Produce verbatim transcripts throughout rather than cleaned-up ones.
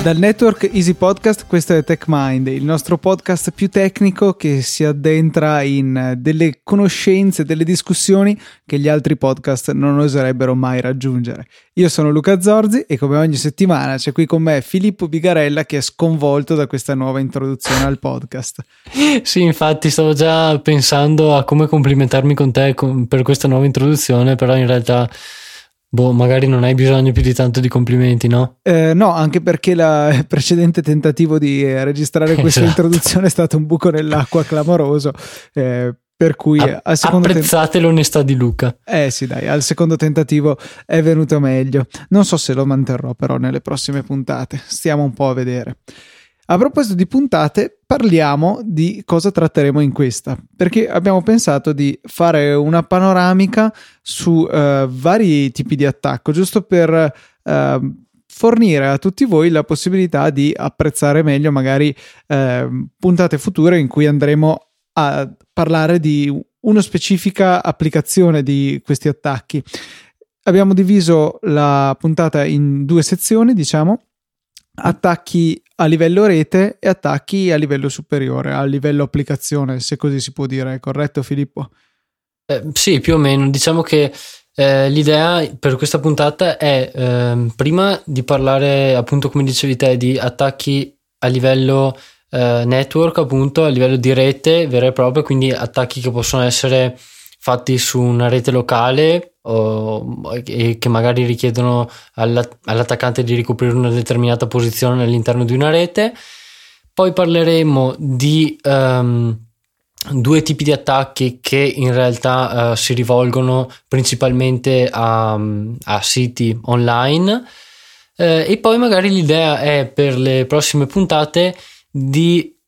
Dal network Easy Podcast, questo è TechMind, il nostro podcast più tecnico che si addentra in delle conoscenze, delle discussioni che gli altri podcast non oserebbero mai raggiungere. Io sono Luca Zorzi e come ogni settimana c'è qui con me Filippo Bigarella, che è sconvolto da questa nuova introduzione al podcast. Sì, infatti stavo già pensando a come complimentarmi con te per questa nuova introduzione, però in realtà... Boh, magari non hai bisogno più di tanto di complimenti, no? Eh, no, anche perché il precedente tentativo di registrare questa esatto. introduzione è stato un buco nell'acqua clamoroso, eh, per cui A- al secondo apprezzate tent- l'onestà di Luca. Eh sì, dai, al secondo tentativo è venuto meglio. Non so se lo manterrò però nelle prossime puntate, stiamo un po' a vedere. A proposito di puntate, parliamo di cosa tratteremo in questa, perché abbiamo pensato di fare una panoramica su uh, vari tipi di attacco, giusto per uh, fornire a tutti voi la possibilità di apprezzare meglio magari uh, puntate future in cui andremo a parlare di una specifica applicazione di questi attacchi. Abbiamo diviso la puntata in due sezioni, diciamo, attacchi a livello rete e attacchi a livello superiore, a livello applicazione, se così si può dire, corretto Filippo? Eh, sì, più o meno. Diciamo che eh, l'idea per questa puntata è eh, prima di parlare, appunto come dicevi te, di attacchi a livello eh, network, appunto a livello di rete vera e propria, quindi attacchi che possono essere fatti su una rete locale o, e che magari richiedono alla, all'attaccante di ricoprire una determinata posizione all'interno di una rete. Poi parleremo di um, due tipi di attacchi che in realtà uh, si rivolgono principalmente a, a siti online, uh, e poi magari l'idea è per le prossime puntate di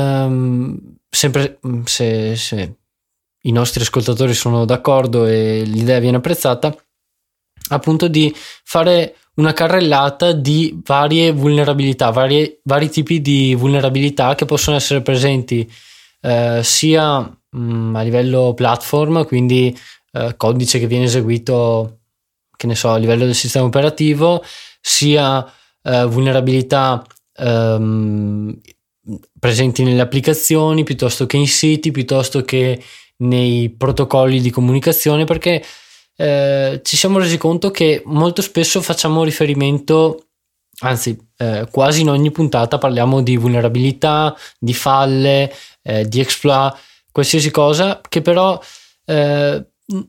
um, sempre se, se i nostri ascoltatori sono d'accordo e l'idea viene apprezzata, appunto di fare una carrellata di varie vulnerabilità, varie, vari tipi di vulnerabilità che possono essere presenti eh, sia mh, a livello platform, quindi eh, codice che viene eseguito, che ne so, a livello del sistema operativo, sia eh, vulnerabilità ehm, presenti nelle applicazioni, piuttosto che in siti, piuttosto che nei protocolli di comunicazione, perché eh, ci siamo resi conto che molto spesso facciamo riferimento, anzi eh, quasi in ogni puntata parliamo di vulnerabilità, di falle, eh, di exploit, qualsiasi cosa che però eh,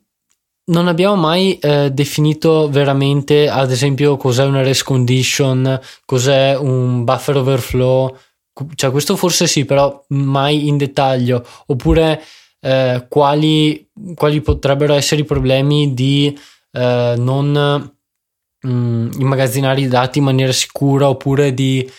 non abbiamo mai eh, definito veramente, ad esempio cos'è una race condition, cos'è un buffer overflow, cioè questo forse sì, però mai in dettaglio, oppure Eh, quali, quali potrebbero essere i problemi di eh, non mh, immagazzinare i dati in maniera sicura, oppure di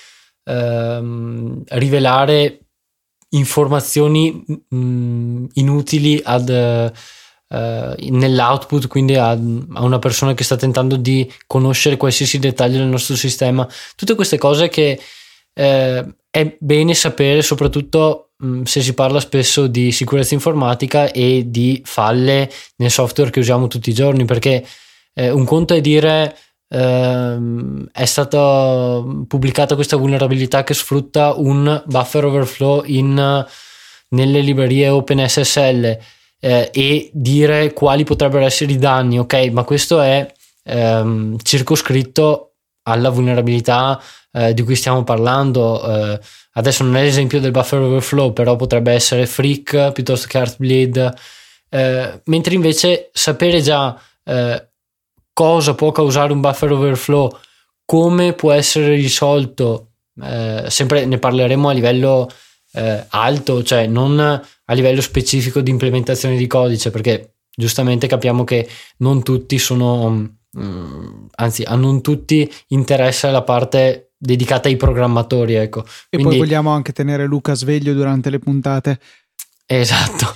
ehm, rivelare informazioni mh, inutili ad, eh, nell'output, quindi a, a una persona che sta tentando di conoscere qualsiasi dettaglio del nostro sistema. Tutte queste cose che eh, è bene sapere, soprattutto se si parla spesso di sicurezza informatica e di falle nel software che usiamo tutti i giorni, perché eh, un conto è dire ehm, è stata pubblicata questa vulnerabilità che sfrutta un buffer overflow in, nelle librerie OpenSSL, eh, e dire quali potrebbero essere i danni, ok, ma questo è ehm, circoscritto alla vulnerabilità eh, di cui stiamo parlando. Eh, adesso non è l'esempio del buffer overflow, però potrebbe essere Freak piuttosto che Heartbleed, eh, mentre invece sapere già eh, cosa può causare un buffer overflow, come può essere risolto, eh, sempre ne parleremo a livello eh, alto, cioè non a livello specifico di implementazione di codice, perché giustamente capiamo che non tutti sono anzi a non tutti interessa la parte dedicata ai programmatori, ecco. E Quindi, poi vogliamo anche tenere Luca sveglio durante le puntate. Esatto.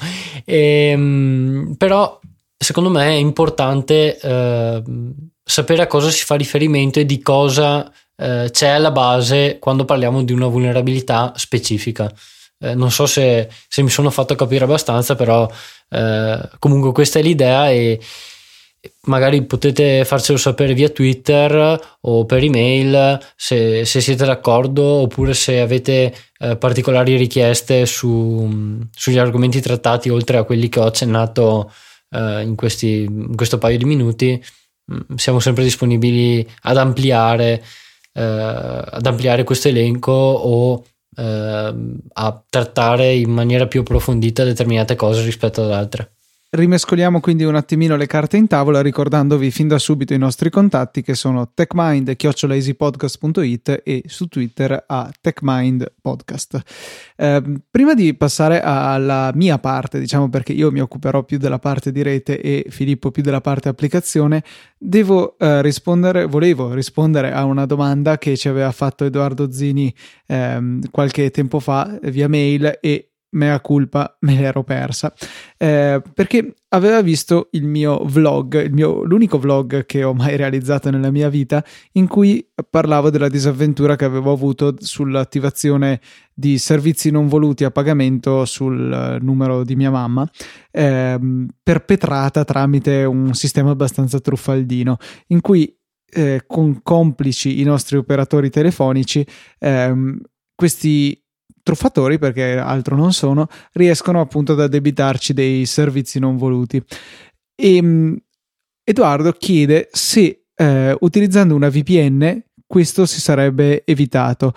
E, però secondo me è importante eh, sapere a cosa si fa riferimento e di cosa eh, c'è alla base quando parliamo di una vulnerabilità specifica. Eh, non so se, se mi sono fatto capire abbastanza, però eh, comunque questa è l'idea, e magari potete farcelo sapere via Twitter o per email se, se siete d'accordo, oppure se avete eh, particolari richieste su, sugli argomenti trattati, oltre a quelli che ho accennato eh, in, questi, in questo paio di minuti. Siamo sempre disponibili ad ampliare eh, ad ampliare questo elenco o eh, a trattare in maniera più approfondita determinate cose rispetto ad altre. Rimescoliamo quindi un attimino le carte in tavola, ricordandovi fin da subito i nostri contatti, che sono techmind chiocciola easypodcast punto it e su Twitter a techmindpodcast. Eh, prima di passare alla mia parte, diciamo, perché io mi occuperò più della parte di rete e Filippo più della parte applicazione, devo eh, rispondere, volevo rispondere a una domanda che ci aveva fatto Edoardo Zini eh, qualche tempo fa via mail, e mea culpa, me l'ero persa, eh, perché aveva visto il mio vlog, il mio, l'unico vlog che ho mai realizzato nella mia vita, in cui parlavo della disavventura che avevo avuto sull'attivazione di servizi non voluti a pagamento sul numero di mia mamma, eh, perpetrata tramite un sistema abbastanza truffaldino, in cui eh, con complici i nostri operatori telefonici, eh, questi truffatori, perché altro non sono, riescono appunto ad addebitarci dei servizi non voluti. E um, Edoardo chiede se eh, utilizzando una V P N questo si sarebbe evitato,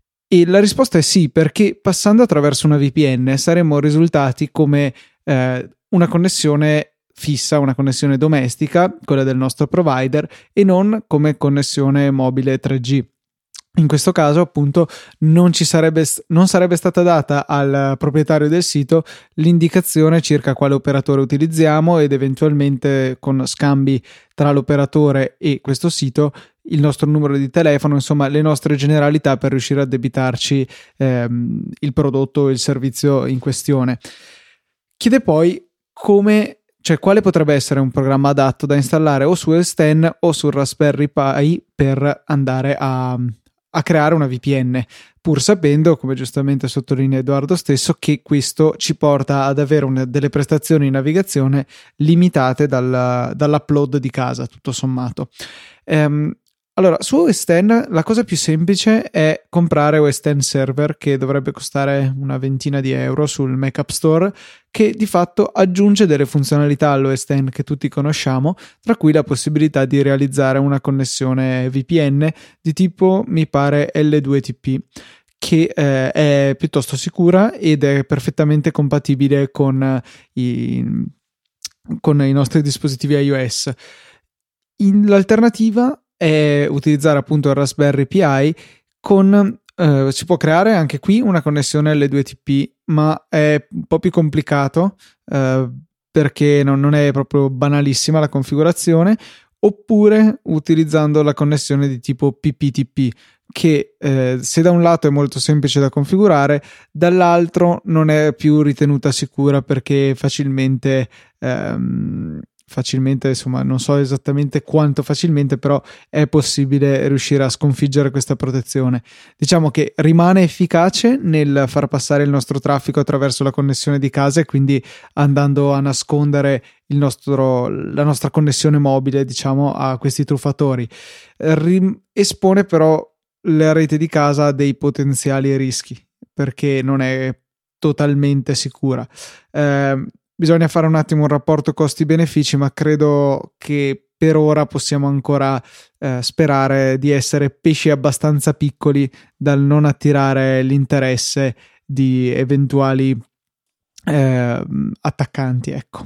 e la risposta è sì, perché passando attraverso una V P N saremmo risultati come eh, una connessione fissa, una connessione domestica, quella del nostro provider, e non come connessione mobile tre G. In questo caso, appunto, non ci sarebbe, non sarebbe stata data al proprietario del sito l'indicazione circa quale operatore utilizziamo, ed eventualmente con scambi tra l'operatore e questo sito il nostro numero di telefono, insomma le nostre generalità per riuscire a debitarci ehm, il prodotto o il servizio in questione. Chiede poi come, cioè quale potrebbe essere un programma adatto da installare o su S Ten o sul Raspberry Pi per andare a a creare una V P N, pur sapendo, come giustamente sottolinea Edoardo stesso, che questo ci porta ad avere una, delle prestazioni in navigazione limitate dal, dall'upload di casa, tutto sommato. Ehm, allora, su O S Ten la cosa più semplice è comprare O S Ten Server, che dovrebbe costare una ventina di euro sul Mac App Store, che di fatto aggiunge delle funzionalità all'O S Ten che tutti conosciamo, tra cui la possibilità di realizzare una connessione V P N di tipo, mi pare, L due T P, che eh, è piuttosto sicura ed è perfettamente compatibile con i, con i nostri dispositivi iOS. In, l'alternativa è utilizzare appunto il Raspberry Pi con eh, si può creare anche qui una connessione L due T P, ma è un po' più complicato eh, perché non, non è proprio banalissima la configurazione, oppure utilizzando la connessione di tipo P P T P, che eh, se da un lato è molto semplice da configurare, dall'altro non è più ritenuta sicura perché facilmente ehm, facilmente, insomma, non so esattamente quanto facilmente, però è possibile riuscire a sconfiggere questa protezione. Diciamo che rimane efficace nel far passare il nostro traffico attraverso la connessione di casa, e quindi andando a nascondere il nostro, la nostra connessione mobile, diciamo, a questi truffatori. Rim- espone però la rete di casa a dei potenziali rischi, perché non è totalmente sicura. Eh, Bisogna fare un attimo un rapporto costi-benefici, ma credo che per ora possiamo ancora eh, sperare di essere pesci abbastanza piccoli dal non attirare l'interesse di eventuali eh, attaccanti, ecco.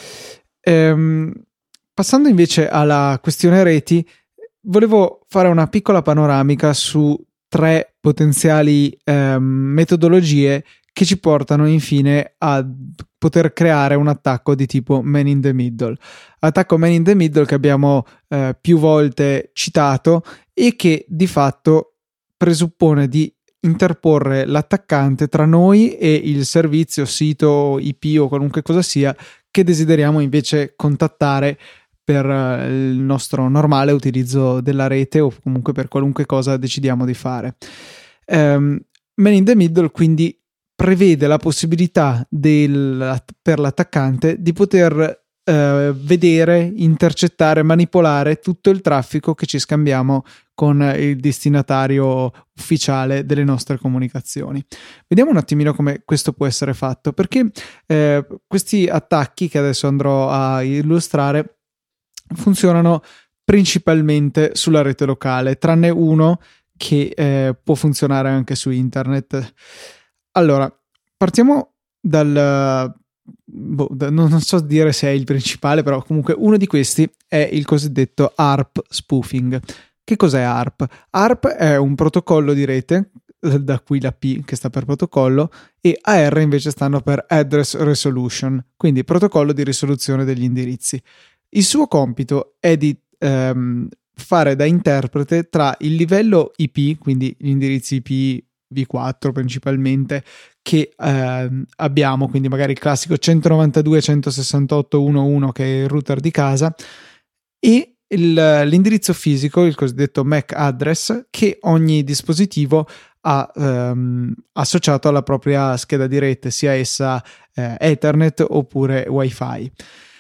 Ehm, passando invece alla questione reti, volevo fare una piccola panoramica su tre potenziali eh, metodologie che ci portano infine a poter creare un attacco di tipo man in the middle. Attacco man in the middle che abbiamo eh, più volte citato e che di fatto presuppone di interporre l'attaccante tra noi e il servizio, sito, I P o qualunque cosa sia che desideriamo invece contattare per il nostro normale utilizzo della rete, o comunque per qualunque cosa decidiamo di fare. Um, man in the middle quindi prevede la possibilità del, per l'attaccante di poter eh, vedere, intercettare, manipolare tutto il traffico che ci scambiamo con il destinatario ufficiale delle nostre comunicazioni. Vediamo un attimino come questo può essere fatto, perché eh, questi attacchi che adesso andrò a illustrare funzionano principalmente sulla rete locale, tranne uno che eh, può funzionare anche su internet. Allora, partiamo dal... Boh, non, non so dire se è il principale, però comunque uno di questi è il cosiddetto A R P spoofing. Che cos'è A R P? A R P è un protocollo di rete, da cui la P che sta per protocollo, e A R invece stanno per Address Resolution, quindi protocollo di risoluzione degli indirizzi. Il suo compito è di ehm, fare da interprete tra il livello I P, quindi gli indirizzi I P V quattro principalmente, che eh, abbiamo, quindi magari il classico centonovantadue punto centosessantotto punto uno che è il router di casa, e il, l'indirizzo fisico, il cosiddetto M A C address, che ogni dispositivo ha ehm, associato alla propria scheda di rete, sia essa eh, Ethernet oppure Wi-Fi.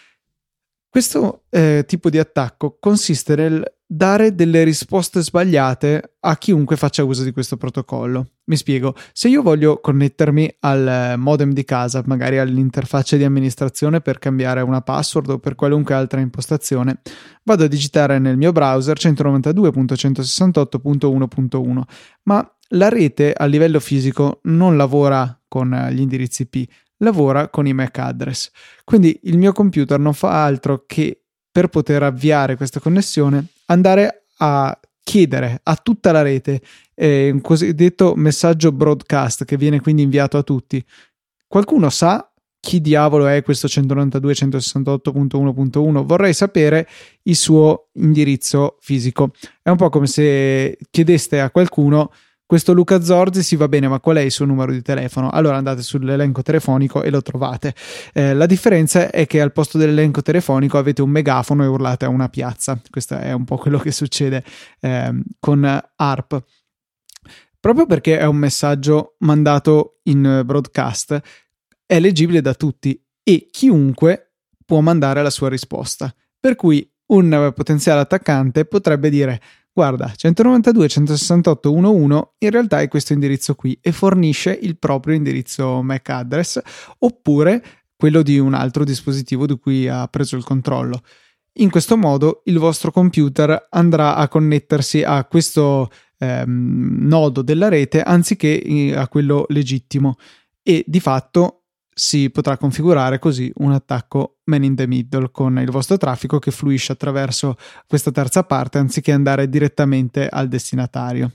Questo eh, tipo di attacco consiste nel dare delle risposte sbagliate a chiunque faccia uso di questo protocollo. Mi spiego: se io voglio connettermi al modem di casa, magari all'interfaccia di amministrazione per cambiare una password o per qualunque altra impostazione, vado a digitare nel mio browser centonovantadue punto centosessantotto punto uno punto uno, ma la rete a livello fisico non lavora con gli indirizzi I P, lavora con i M A C address. Quindi il mio computer non fa altro che, per poter avviare questa connessione, andare a chiedere a tutta la rete eh, un cosiddetto messaggio broadcast che viene quindi inviato a tutti. Qualcuno sa chi diavolo è questo centonovantadue punto centosessantotto punto uno punto uno? Vorrei sapere il suo indirizzo fisico. È un po' come se chiedeste a qualcuno: questo Luca Zorzi, sì, va bene, ma qual è il suo numero di telefono? Allora andate sull'elenco telefonico e lo trovate. Eh, la differenza è che al posto dell'elenco telefonico avete un megafono e urlate a una piazza. Questo è un po' quello che succede eh, con A R P. Proprio perché è un messaggio mandato in broadcast, è leggibile da tutti e chiunque può mandare la sua risposta. Per cui un potenziale attaccante potrebbe dire: guarda, centonovantadue punto centosessantotto punto uno punto uno in realtà è questo indirizzo qui, e fornisce il proprio indirizzo M A C address oppure quello di un altro dispositivo di cui ha preso il controllo. In questo modo il vostro computer andrà a connettersi a questo ehm, nodo della rete anziché a quello legittimo, e di fatto si potrà configurare così un attacco man in the middle con il vostro traffico che fluisce attraverso questa terza parte anziché andare direttamente al destinatario.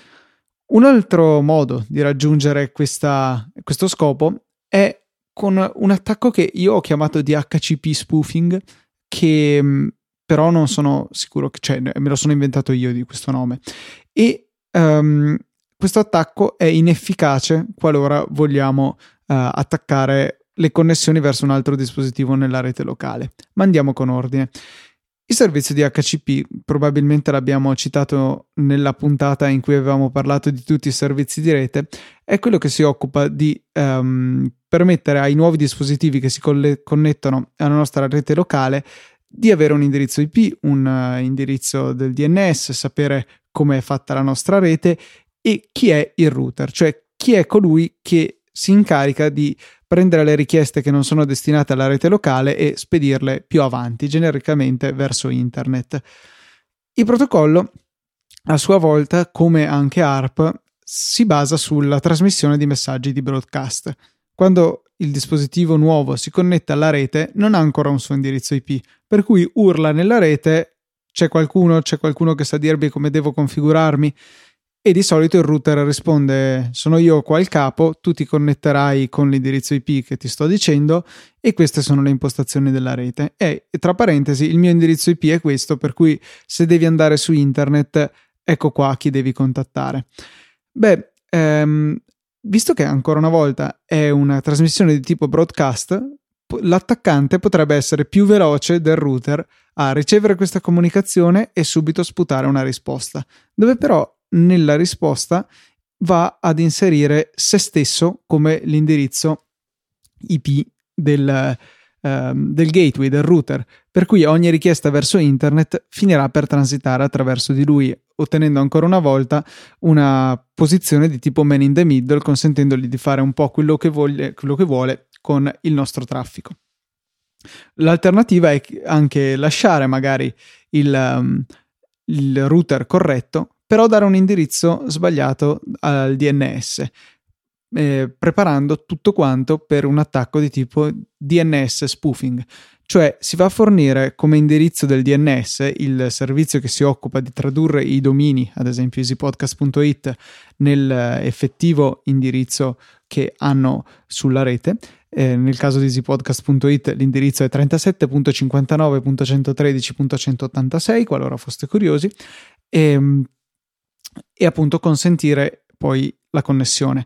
Un altro modo di raggiungere questa, questo scopo è con un attacco che io ho chiamato D H C P spoofing, che però non sono sicuro che, cioè, me lo sono inventato io di questo nome, e um, questo attacco è inefficace qualora vogliamo Uh, attaccare le connessioni verso un altro dispositivo nella rete locale. Ma andiamo con ordine. Il servizio D H C P, probabilmente l'abbiamo citato nella puntata in cui avevamo parlato di tutti i servizi di rete, è quello che si occupa di um, permettere ai nuovi dispositivi che si coll- connettono alla nostra rete locale di avere un indirizzo I P, un uh, indirizzo del D N S, sapere come è fatta la nostra rete e chi è il router, cioè chi è colui che si incarica di prendere le richieste che non sono destinate alla rete locale e spedirle più avanti, genericamente verso internet. Il protocollo, a sua volta, come anche A R P, si basa sulla trasmissione di messaggi di broadcast. Quando il dispositivo nuovo si connette alla rete, non ha ancora un suo indirizzo I P, per cui urla nella rete: c'è qualcuno, c'è qualcuno che sa dirmi come devo configurarmi? E di solito il router risponde: sono io qua il capo, tu ti connetterai con l'indirizzo I P che ti sto dicendo e queste sono le impostazioni della rete. E tra parentesi, il mio indirizzo I P è questo, per cui se devi andare su internet, ecco qua chi devi contattare. Beh, ehm, visto che ancora una volta è una trasmissione di tipo broadcast, l'attaccante potrebbe essere più veloce del router a ricevere questa comunicazione e subito sputare una risposta, dove però nella risposta va ad inserire se stesso come l'indirizzo I P del, eh, del gateway, del router, per cui ogni richiesta verso internet finirà per transitare attraverso di lui, ottenendo ancora una volta una posizione di tipo man in the middle, consentendogli di fare un po' quello che vuole, quello che vuole con il nostro traffico. L'alternativa è anche lasciare magari il, um, il router corretto, però dare un indirizzo sbagliato al D N S, eh, preparando tutto quanto per un attacco di tipo D N S spoofing. Cioè si va a fornire come indirizzo del D N S, il servizio che si occupa di tradurre i domini, ad esempio easypodcast punto it, nel effettivo indirizzo che hanno sulla rete. Eh, nel caso di easypodcast punto it l'indirizzo è trentasette punto cinquantanove punto centotredici punto centottantasei, qualora foste curiosi, e, e appunto consentire poi la connessione.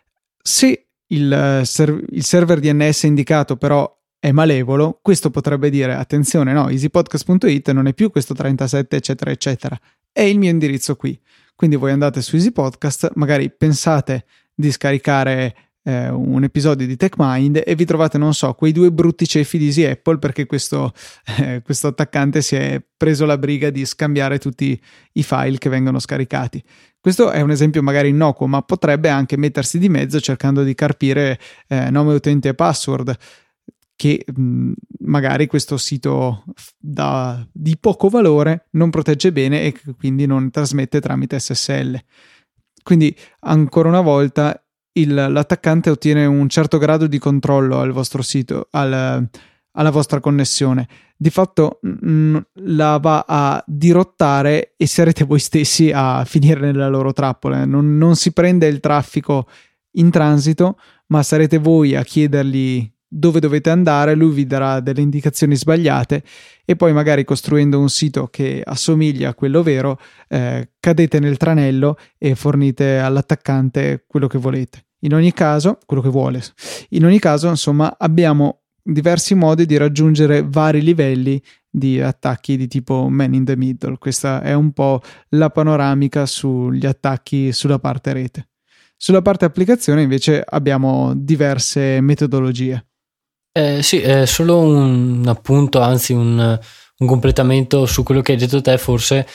Se il, ser- il server D N S indicato però è malevolo, questo potrebbe dire: attenzione, no, easypodcast punto it non è più questo trentasette eccetera eccetera, è il mio indirizzo qui. Quindi voi andate su EasyPodcast, magari pensate di scaricare eh, un episodio di TechMind e vi trovate, non so, quei due brutti ceffi di Easy Apple perché questo, eh, questo attaccante si è preso la briga di scambiare tutti i file che vengono scaricati. Questo è un esempio magari innocuo, ma potrebbe anche mettersi di mezzo cercando di carpire eh, nome utente e password, che mh, magari questo sito da, di poco valore non protegge bene e quindi non trasmette tramite S S L. Quindi ancora una volta il, l'attaccante ottiene un certo grado di controllo al vostro sito, al, alla vostra connessione. Di fatto mh, la va a dirottare e sarete voi stessi a finire nella loro trappola. Non, non si prende il traffico in transito, ma sarete voi a chiedergli dove dovete andare, lui vi darà delle indicazioni sbagliate e poi magari costruendo un sito che assomiglia a quello vero eh, cadete nel tranello e fornite all'attaccante quello che volete. In ogni caso, quello che vuole. In ogni caso, insomma, abbiamo diversi modi di raggiungere vari livelli di attacchi di tipo man in the middle. Questa è un po' la panoramica sugli attacchi sulla parte rete. Sulla parte applicazione invece abbiamo diverse metodologie. Eh, sì, è solo un appunto, anzi un, un completamento su quello che hai detto te, forse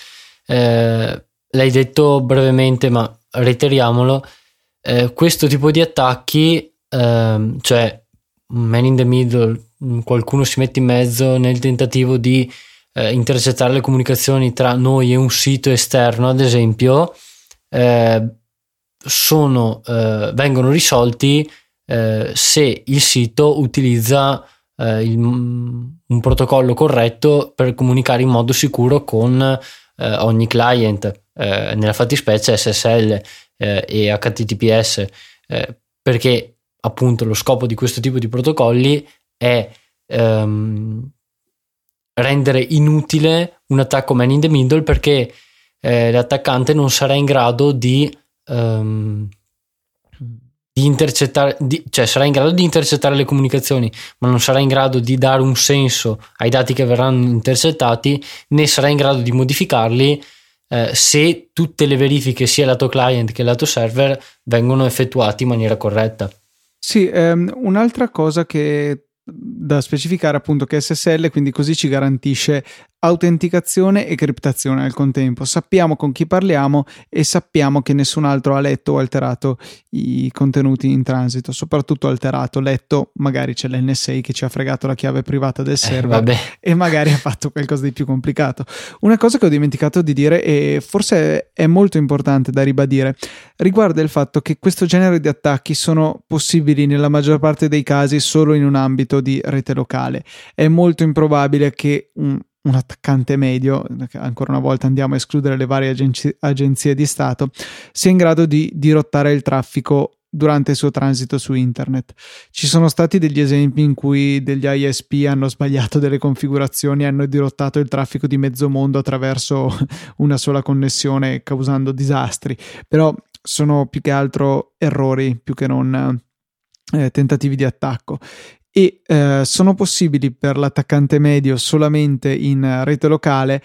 eh, l'hai detto brevemente, ma reiteriamolo. Eh, questo tipo di attacchi, eh, cioè man in the middle, qualcuno si mette in mezzo nel tentativo di eh, intercettare le comunicazioni tra noi e un sito esterno, ad esempio, eh, sono, eh, vengono risolti Eh, se il sito utilizza eh, il, un protocollo corretto per comunicare in modo sicuro con eh, ogni client, eh, nella fattispecie S S L eh, e H T T P S, eh, perché appunto lo scopo di questo tipo di protocolli è ehm, rendere inutile un attacco man in the middle, perché eh, l'attaccante non sarà in grado di ehm, di intercettare, di, cioè sarà in grado di intercettare le comunicazioni, ma non sarà in grado di dare un senso ai dati che verranno intercettati, né sarà in grado di modificarli eh, se tutte le verifiche sia lato client che lato server vengono effettuate in maniera corretta. Sì, ehm, un'altra cosa che da specificare appunto che S S L quindi così ci garantisce autenticazione e criptazione al contempo. Sappiamo con chi parliamo e sappiamo che nessun altro ha letto o alterato i contenuti in transito, soprattutto alterato. Letto, magari c'è l'N S A che ci ha fregato la chiave privata del server eh, e magari ha fatto qualcosa di più complicato. Una cosa che ho dimenticato di dire e forse è molto importante da ribadire riguarda il fatto che questo genere di attacchi sono possibili nella maggior parte dei casi solo in un ambito di rete locale. È molto improbabile che un un attaccante medio, ancora una volta andiamo a escludere le varie agenzie, agenzie di Stato, sia in grado di dirottare il traffico durante il suo transito su internet. Ci sono stati degli esempi in cui degli I S P hanno sbagliato delle configurazioni e hanno dirottato il traffico di mezzo mondo attraverso una sola connessione, causando disastri, però sono più che altro errori più che non eh, tentativi di attacco. E eh, sono possibili per l'attaccante medio solamente in rete locale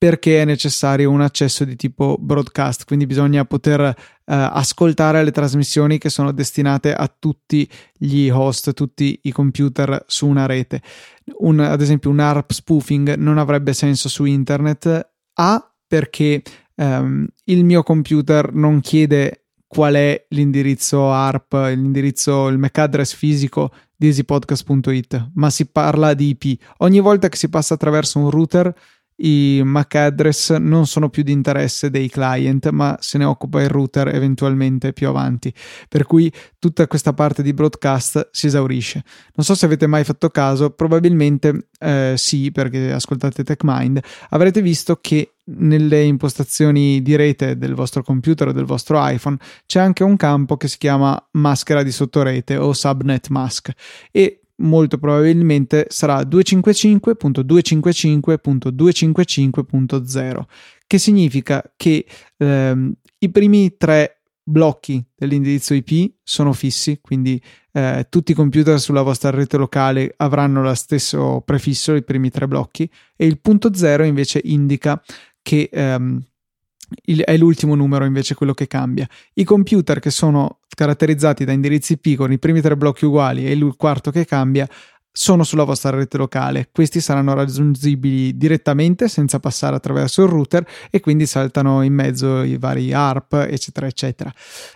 perché è necessario un accesso di tipo broadcast, quindi bisogna poter eh, ascoltare le trasmissioni che sono destinate a tutti gli host, tutti i computer su una rete. Un, ad esempio un A R P spoofing non avrebbe senso su internet, A perché ehm, il mio computer non chiede qual è l'indirizzo A R P, l'indirizzo, il M A C address fisico di easypodcast punto it, ma si parla di I P. Ogni volta che si passa attraverso un router, i M A C address non sono più di interesse dei client, ma se ne occupa il router eventualmente più avanti, per cui tutta questa parte di broadcast si esaurisce. Non so se avete mai fatto caso, probabilmente eh, sì, perché ascoltate TechMind, avrete visto che nelle impostazioni di rete del vostro computer o del vostro iPhone c'è anche un campo che si chiama maschera di sottorete o subnet mask, e molto probabilmente sarà duecentocinquantacinque punto duecentocinquantacinque punto duecentocinquantacinque punto zero, che significa che ehm, i primi tre blocchi dell'indirizzo I P sono fissi, quindi eh, tutti i computer sulla vostra rete locale avranno lo stesso prefisso, i primi tre blocchi, e il punto zero invece indica che ehm, il, è l'ultimo numero invece quello che cambia. I computer che sono caratterizzati da indirizzi I P con i primi tre blocchi uguali e il quarto che cambia sono sulla vostra rete locale. Questi saranno raggiungibili direttamente senza passare attraverso il router e quindi saltano in mezzo i vari A R P eccetera eccetera.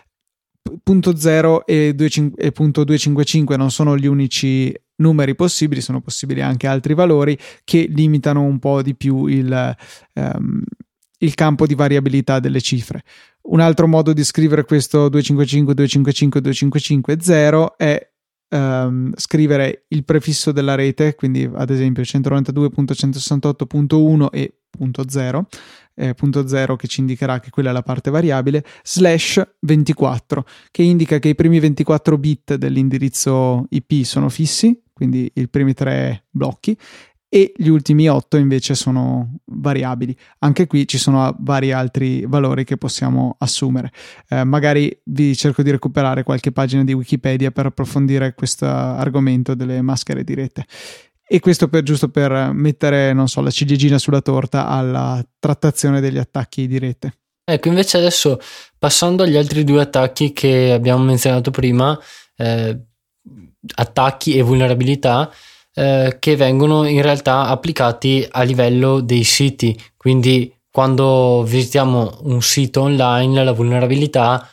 Punto zero e punto duecentocinquantacinque non sono gli unici numeri possibili, sono possibili anche altri valori che limitano un po' di più il um, il campo di variabilità delle cifre. Un altro modo di scrivere questo duecentocinquantacinque, duecentocinquantacinque, duecentocinquantacinque zero è um, scrivere il prefisso della rete, quindi ad esempio centonovantadue punto centosessantotto punto uno e punto zero, eh, punto zero che ci indicherà che quella è la parte variabile, slash ventiquattro, che indica che i primi ventiquattro bit dell'indirizzo I P sono fissi, quindi i primi tre blocchi, e gli ultimi otto invece sono variabili. Anche qui ci sono vari altri valori che possiamo assumere. Eh, magari vi cerco di recuperare qualche pagina di Wikipedia per approfondire questo argomento delle maschere di rete. E questo per giusto per mettere, non so, la ciliegina sulla torta alla trattazione degli attacchi di rete. Ecco, invece adesso passando agli altri due attacchi che abbiamo menzionato prima, eh, attacchi e vulnerabilità, Eh, che vengono in realtà applicati a livello dei siti. Quindi quando visitiamo un sito online, la vulnerabilità,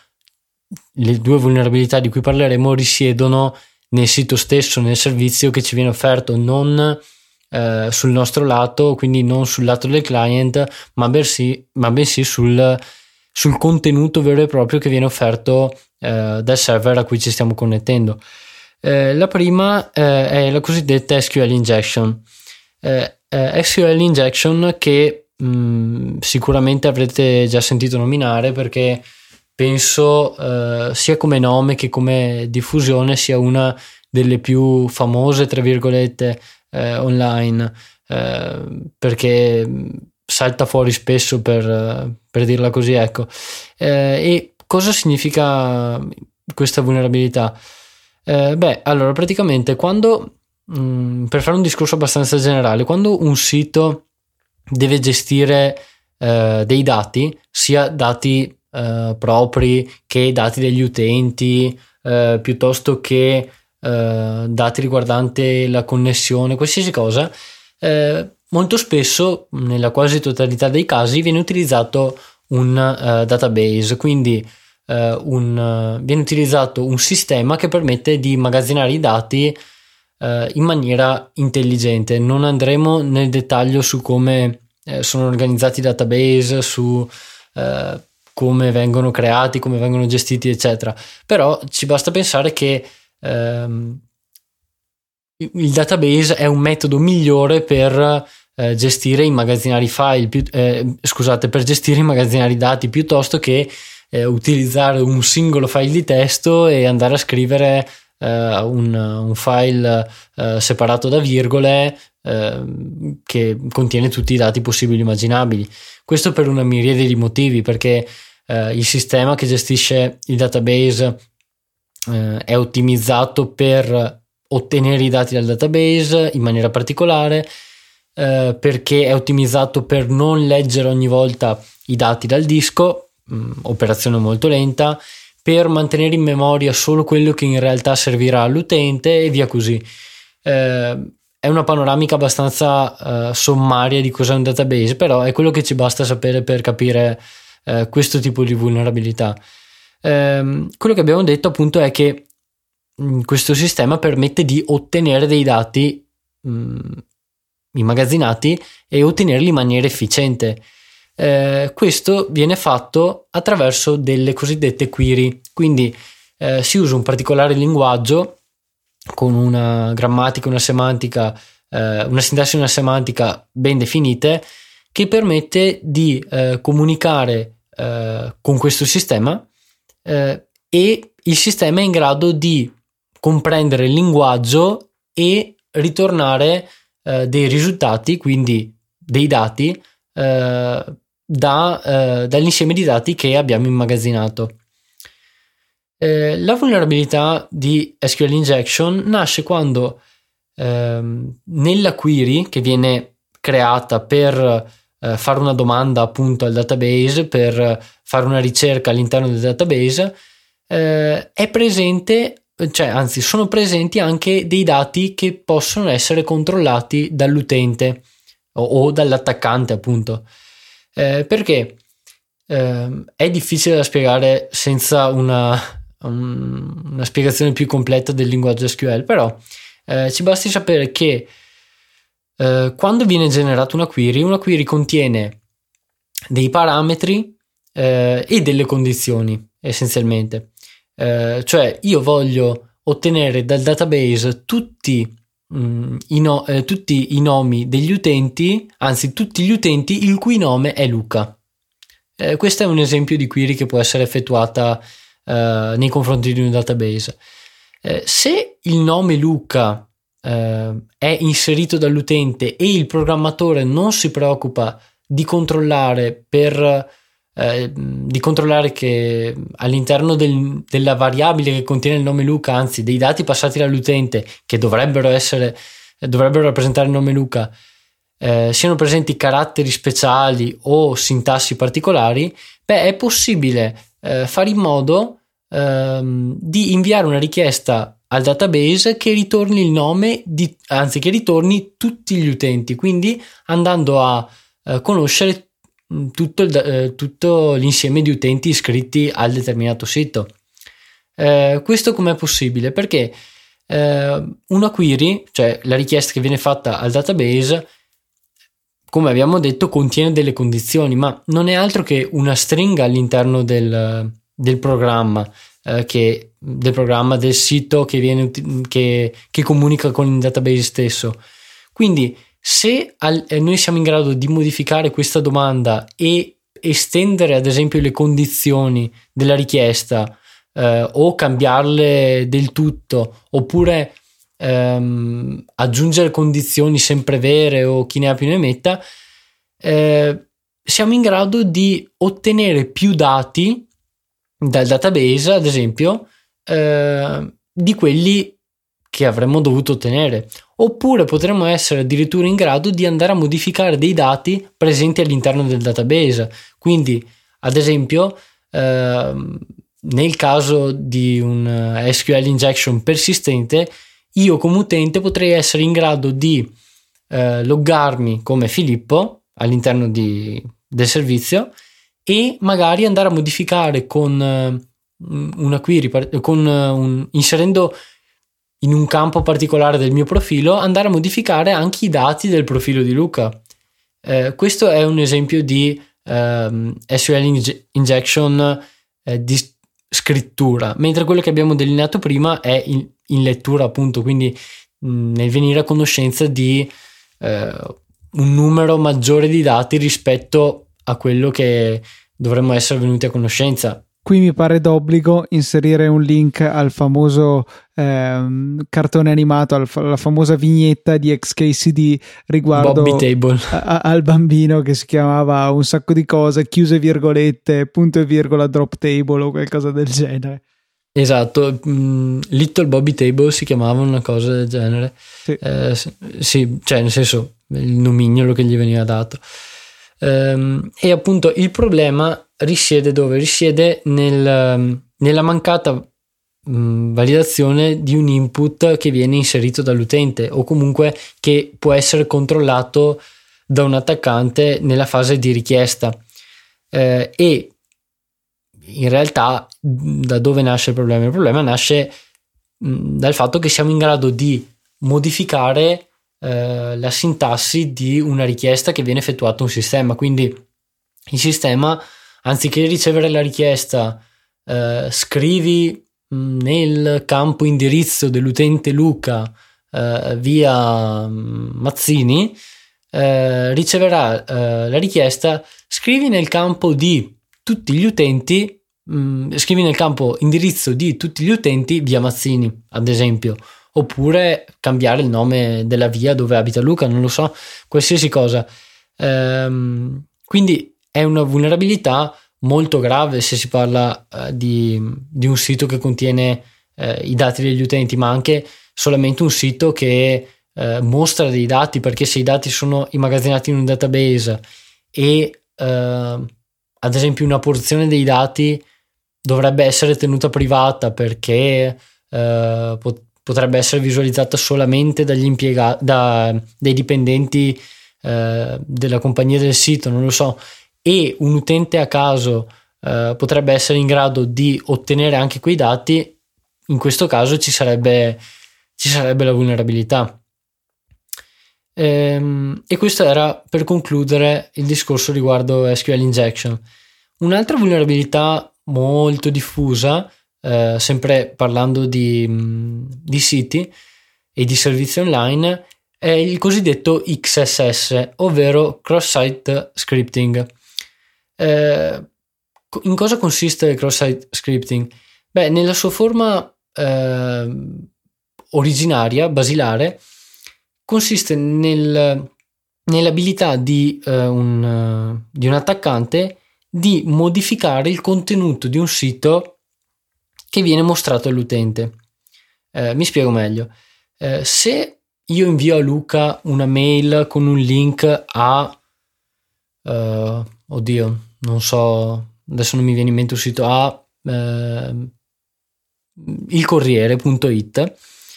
le due vulnerabilità di cui parleremo risiedono nel sito stesso, nel servizio che ci viene offerto, non eh, sul nostro lato, quindi non sul lato del client, ma bensì, ma bensì sul, sul contenuto vero e proprio che viene offerto eh, dal server a cui ci stiamo connettendo. Eh, la prima eh, è la cosiddetta S Q L injection. Eh, eh, S Q L injection che mh, sicuramente avrete già sentito nominare, perché penso eh, sia come nome che come diffusione sia una delle più famose, tra virgolette, eh, online, eh, perché salta fuori spesso, per, per dirla così, ecco. Eh, e cosa significa questa vulnerabilità? Eh, beh, allora praticamente quando, mh, per fare un discorso abbastanza generale, quando un sito deve gestire eh, dei dati, sia dati eh, propri che dati degli utenti, eh, piuttosto che eh, dati riguardanti la connessione, qualsiasi cosa, eh, molto spesso, nella quasi totalità dei casi, viene utilizzato un uh, database, quindi Uh, un, uh, viene utilizzato un sistema che permette di immagazzinare i dati uh, in maniera intelligente. Non andremo nel dettaglio su come uh, sono organizzati i database, su uh, come vengono creati, come vengono gestiti, eccetera. Però ci basta pensare che uh, il database è un metodo migliore per uh, gestire e immagazzinare i file, più, eh, scusate, per gestire e immagazzinare i dati, piuttosto che Eh, utilizzare un singolo file di testo e andare a scrivere eh, un, un file eh, separato da virgole eh, che contiene tutti i dati possibili e immaginabili. Questo per una miriade di motivi, perché eh, il sistema che gestisce il database eh, è ottimizzato per ottenere i dati dal database in maniera particolare, eh, perché è ottimizzato per non leggere ogni volta i dati dal disco, mh, operazione molto lenta, per mantenere in memoria solo quello che in realtà servirà all'utente e via così. Eh, è una panoramica abbastanza eh, sommaria di cos'è un database, però è quello che ci basta sapere per capire eh, questo tipo di vulnerabilità. Eh, quello che abbiamo detto appunto è che mh, questo sistema permette di ottenere dei dati mh, immagazzinati e ottenerli in maniera efficiente. Eh, questo viene fatto attraverso delle cosiddette query, quindi eh, si usa un particolare linguaggio con una grammatica, una semantica, eh, una sintassi e una semantica ben definite, che permette di eh, comunicare eh, con questo sistema eh, e il sistema è in grado di comprendere il linguaggio e ritornare eh, dei risultati, quindi dei dati eh, da, eh, dall'insieme di dati che abbiamo immagazzinato. Eh, la vulnerabilità di S Q L injection nasce quando ehm, nella query che viene creata per eh, fare una domanda appunto al database, per fare una ricerca all'interno del database, eh, è presente, cioè anzi sono presenti anche dei dati che possono essere controllati dall'utente o, o dall'attaccante appunto. Eh, perché eh, è difficile da spiegare senza una, un, una spiegazione più completa del linguaggio S Q L, però eh, ci basti sapere che eh, quando viene generata una query, una query contiene dei parametri eh, e delle condizioni essenzialmente. Eh, cioè io voglio ottenere dal database tutti I, no, eh, tutti i nomi degli utenti, anzi tutti gli utenti il cui nome è Luca. Eh, questo è un esempio di query che può essere effettuata eh, nei confronti di un database. Eh, se il nome Luca eh, è inserito dall'utente e il programmatore non si preoccupa di controllare per eh, di controllare che all'interno del, della variabile che contiene il nome Luca, anzi dei dati passati dall'utente che dovrebbero essere dovrebbero rappresentare il nome Luca, eh, siano presenti caratteri speciali o sintassi particolari, beh è possibile eh, fare in modo ehm, di inviare una richiesta al database che ritorni il nome di, anzi che ritorni tutti gli utenti, quindi andando a eh, conoscere Tutto, il, eh, tutto l'insieme di utenti iscritti al determinato sito. Eh, questo com'è possibile? Perché eh, una query, cioè la richiesta che viene fatta al database, come abbiamo detto, contiene delle condizioni, ma non è altro che una stringa all'interno del, del programma, eh, che, del programma del sito che, viene, che, che comunica con il database stesso. Quindi se al, eh, noi siamo in grado di modificare questa domanda e estendere ad esempio le condizioni della richiesta eh, o cambiarle del tutto, oppure ehm, aggiungere condizioni sempre vere o chi ne ha più ne metta, eh, siamo in grado di ottenere più dati dal database, ad esempio, eh, di quelli che avremmo dovuto ottenere. Oppure potremmo essere addirittura in grado di andare a modificare dei dati presenti all'interno del database. Quindi, ad esempio, ehm, nel caso di un S Q L injection persistente, io come utente potrei essere in grado di eh, loggarmi come Filippo all'interno di, del servizio e magari andare a modificare con eh, una query, con un, inserendo in un campo particolare del mio profilo, andare a modificare anche i dati del profilo di Luca. Eh, questo è un esempio di ehm, S Q L inge- injection eh, di scrittura, mentre quello che abbiamo delineato prima è in, in lettura, appunto, quindi mh, nel venire a conoscenza di eh, un numero maggiore di dati rispetto a quello che dovremmo essere venuti a conoscenza. Qui mi pare d'obbligo inserire un link al famoso ehm, cartone animato, al, alla famosa vignetta di X K C D riguardo Bobby Table. A, al bambino che si chiamava un sacco di cose, chiuse virgolette, punto e virgola, drop table o qualcosa del genere. Esatto, mm, Little Bobby Table si chiamava una cosa del genere. Sì. Eh, sì, cioè nel senso il nomignolo che gli veniva dato. Ehm, e appunto il problema risiede dove? Risiede nel, nella mancata mh, validazione di un input che viene inserito dall'utente, o comunque che può essere controllato da un attaccante nella fase di richiesta. Eh, e in realtà da dove nasce il problema? Il problema nasce mh, dal fatto che siamo in grado di modificare eh, la sintassi di una richiesta che viene effettuata a un sistema. Quindi il sistema, anziché ricevere la richiesta eh, scrivi mh, nel campo indirizzo dell'utente Luca eh, via mh, Mazzini, eh, riceverà eh, la richiesta scrivi nel campo di tutti gli utenti, mh, scrivi nel campo indirizzo di tutti gli utenti via Mazzini, ad esempio, oppure cambiare il nome della via dove abita Luca, non lo so, qualsiasi cosa. Ehm, quindi è una vulnerabilità molto grave se si parla eh, di, di un sito che contiene eh, i dati degli utenti, ma anche solamente un sito che eh, mostra dei dati, perché se i dati sono immagazzinati in un database e eh, ad esempio una porzione dei dati dovrebbe essere tenuta privata perché eh, pot- potrebbe essere visualizzata solamente dagli impiegati, da, dai dipendenti eh, della compagnia del sito, non lo so, e un utente a caso eh, potrebbe essere in grado di ottenere anche quei dati, in questo caso ci sarebbe, ci sarebbe la vulnerabilità. Ehm, e questo era per concludere il discorso riguardo S Q L injection. Un'altra vulnerabilità molto diffusa, eh, sempre parlando di, di siti e di servizi online, è il cosiddetto X S S, ovvero cross-site scripting. Eh, in cosa consiste il cross-site scripting? Beh, nella sua forma eh, originaria, basilare, consiste nel, nell'abilità di, uh, un, uh, di un attaccante di modificare il contenuto di un sito che viene mostrato all'utente. Eh, mi spiego meglio. Eh, se io invio a Luca una mail con un link a uh, oddio, non so, adesso non mi viene in mente un sito, a uh, il corriere punto it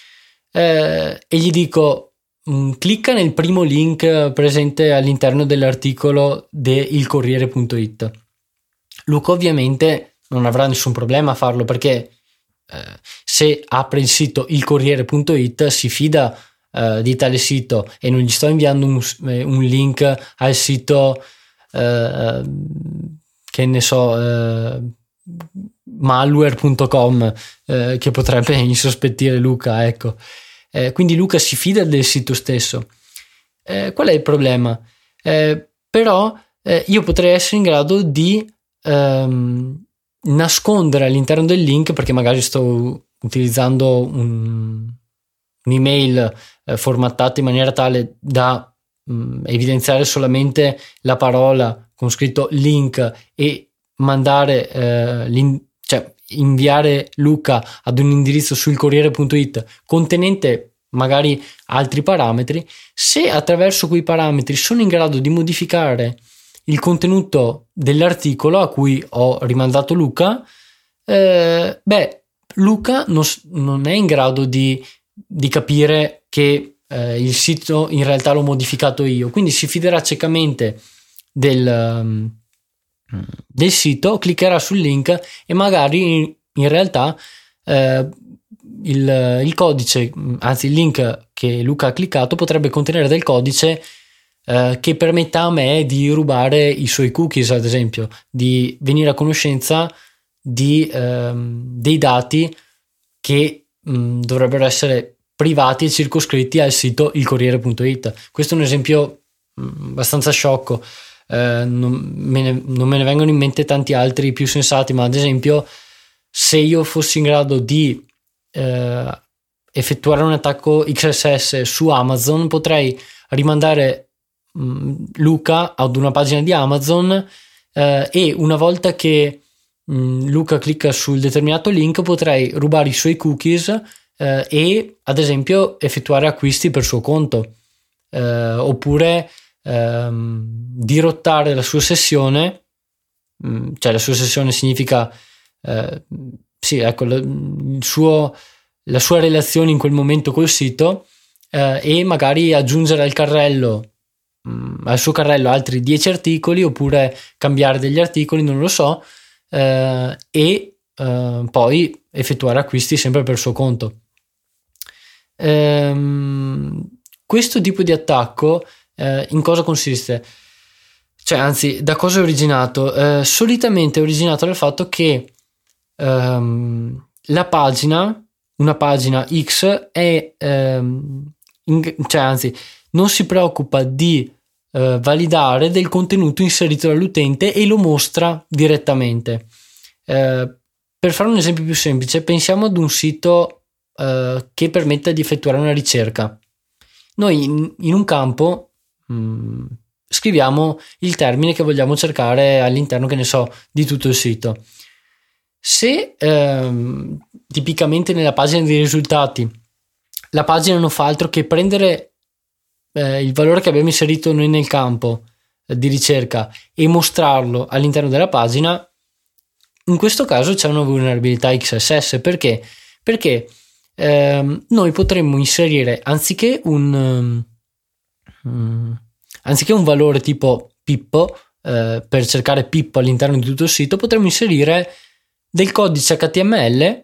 eh, e gli dico clicca nel primo link presente all'interno dell'articolo di il corriere punto it. Luca ovviamente non avrà nessun problema a farlo, perché eh, se apre il sito il corriere punto it si fida eh, di tale sito e non gli sto inviando un, un link al sito eh, che ne so eh, malware punto com eh, che potrebbe insospettire Luca, ecco. Eh, quindi Luca si fida del sito stesso. Eh, qual è il problema? Eh, però eh, io potrei essere in grado di ehm, nascondere all'interno del link, perché magari sto utilizzando un, un'email eh, formattata in maniera tale da mh, evidenziare solamente la parola con scritto link e mandare eh, l'in- cioè inviare Luca ad un indirizzo sul corriere punto it contenente magari altri parametri. Se attraverso quei parametri sono in grado di modificare il contenuto dell'articolo a cui ho rimandato Luca, eh, beh, Luca non, non è in grado di, di capire che eh, il sito in realtà l'ho modificato io, quindi si fiderà ciecamente del um, del sito, cliccherà sul link e magari in, in realtà eh, il, il codice, anzi il link che Luca ha cliccato potrebbe contenere del codice eh, che permetta a me di rubare i suoi cookies, ad esempio, di venire a conoscenza di, ehm, dei dati che mh, dovrebbero essere privati e circoscritti al sito il corriere punto it. Questo è un esempio mh, abbastanza sciocco. Eh, non, me ne, non me ne vengono in mente tanti altri più sensati, ma ad esempio se io fossi in grado di eh, effettuare un attacco X S S su Amazon, potrei rimandare mh, Luca ad una pagina di Amazon eh, e una volta che mh, Luca clicca sul determinato link potrei rubare i suoi cookies eh, e ad esempio effettuare acquisti per suo conto. eh, oppure ehm, dirottare la sua sessione, mh, cioè la sua sessione significa eh, sì, ecco, il suo, la sua relazione in quel momento col sito, eh, e magari aggiungere al carrello mh, al suo carrello altri dieci articoli, oppure cambiare degli articoli, non lo so, eh, e eh, poi effettuare acquisti sempre per suo conto. Ehm, questo tipo di attacco eh, in cosa consiste? Cioè, anzi, da cosa è originato? Eh, solitamente è originato dal fatto che ehm, la pagina, una pagina X, è ehm, in, cioè, anzi, non si preoccupa di eh, validare del contenuto inserito dall'utente e lo mostra direttamente. Eh, per fare un esempio più semplice, pensiamo ad un sito eh, che permetta di effettuare una ricerca. Noi in, in un campo mh, scriviamo il termine che vogliamo cercare all'interno, che ne so, di tutto il sito. Se ehm, tipicamente nella pagina dei risultati la pagina non fa altro che prendere eh, il valore che abbiamo inserito noi nel campo eh, di ricerca e mostrarlo all'interno della pagina, in questo caso c'è una vulnerabilità X S S. Perché? Perché ehm, noi potremmo inserire, anziché un um, anziché un valore tipo Pippo, eh, per cercare Pippo all'interno di tutto il sito, potremmo inserire del codice H T M L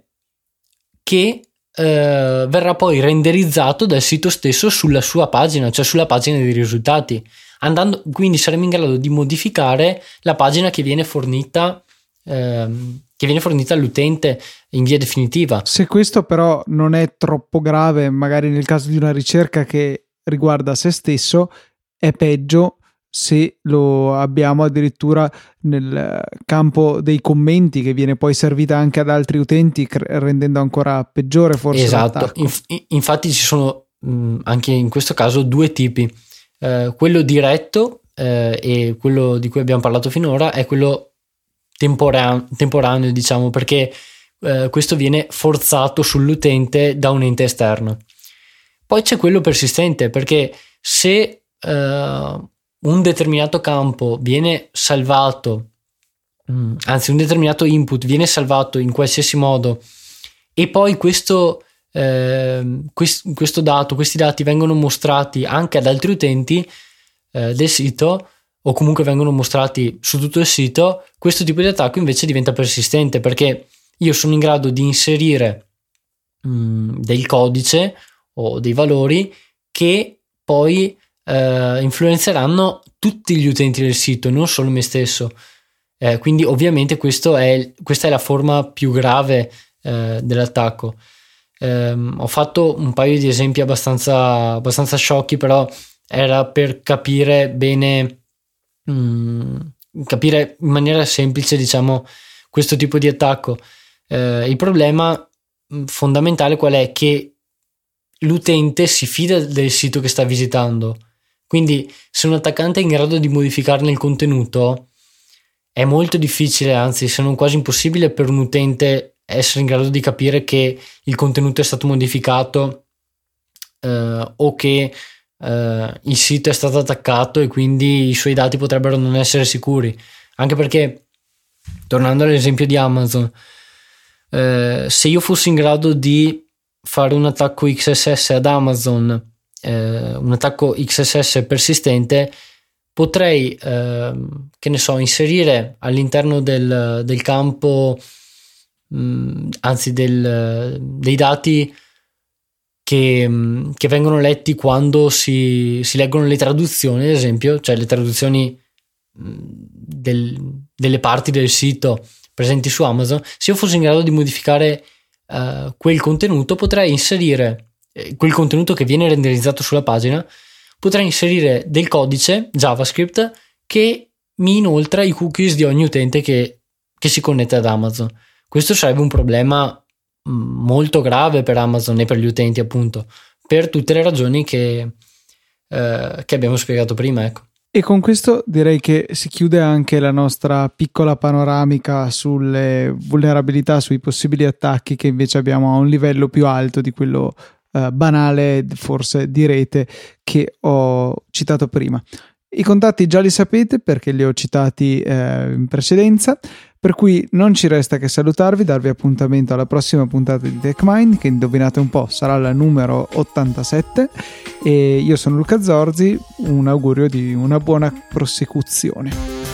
che eh, verrà poi renderizzato dal sito stesso sulla sua pagina, cioè sulla pagina dei risultati. Andando, quindi saremo in grado di modificare la pagina che viene fornita ehm, che viene fornita all'utente in via definitiva. Se questo però non è troppo grave, magari nel caso di una ricerca che riguarda se stesso, è peggio se lo abbiamo addirittura nel campo dei commenti, che viene poi servita anche ad altri utenti, rendendo ancora peggiore forse esatto. l'attacco. Inf- infatti ci sono mh, anche in questo caso due tipi, eh, quello diretto eh, e quello di cui abbiamo parlato finora è quello temporaneo, temporaneo diciamo, perché eh, questo viene forzato sull'utente da un ente esterno. Poi c'è quello persistente, perché se eh, un determinato campo viene salvato, mh, anzi un determinato input viene salvato in qualsiasi modo, e poi questo, eh, quest- questo dato, questi dati vengono mostrati anche ad altri utenti eh, del sito, o comunque vengono mostrati su tutto il sito, questo tipo di attacco invece diventa persistente, perché io sono in grado di inserire mh, del codice o dei valori che poi eh, influenzeranno tutti gli utenti del sito, non solo me stesso. Eh, quindi ovviamente questo è, questa è la forma più grave eh, dell'attacco. Eh, ho fatto un paio di esempi abbastanza, abbastanza sciocchi, però era per capire bene, mh, capire in maniera semplice, diciamo, questo tipo di attacco. Eh, il problema fondamentale qual è? Che l'utente si fida del sito che sta visitando, quindi se un attaccante è in grado di modificarne il contenuto, è molto difficile, anzi se non quasi impossibile, per un utente essere in grado di capire che il contenuto è stato modificato eh, o che eh, il sito è stato attaccato e quindi i suoi dati potrebbero non essere sicuri. Anche perché, tornando all'esempio di Amazon, eh, se io fossi in grado di fare un attacco X S S ad Amazon, eh, un attacco X S S persistente, potrei eh, che ne so inserire all'interno del, del campo mh, anzi del, dei dati che, mh, che vengono letti quando si, si leggono le traduzioni, ad esempio, cioè le traduzioni mh, del, delle parti del sito presenti su Amazon. Se io fossi in grado di modificare uh, quel contenuto, potrei inserire eh, quel contenuto che viene renderizzato sulla pagina, potrei inserire del codice JavaScript che mi inoltra i cookies di ogni utente che, che si connette ad Amazon. Questo sarebbe un problema mh, molto grave per Amazon e per gli utenti, appunto, per tutte le ragioni che, uh, che abbiamo spiegato prima, ecco. E con questo direi che si chiude anche la nostra piccola panoramica sulle vulnerabilità, sui possibili attacchi che invece abbiamo a un livello più alto di quello eh, banale, forse direte, che ho citato prima. I contatti già li sapete perché li ho citati eh, in precedenza, per cui non ci resta che salutarvi, darvi appuntamento alla prossima puntata di TechMind, che indovinate un po' sarà la numero ottantasette, e io sono Luca Zorzi, un augurio di una buona prosecuzione.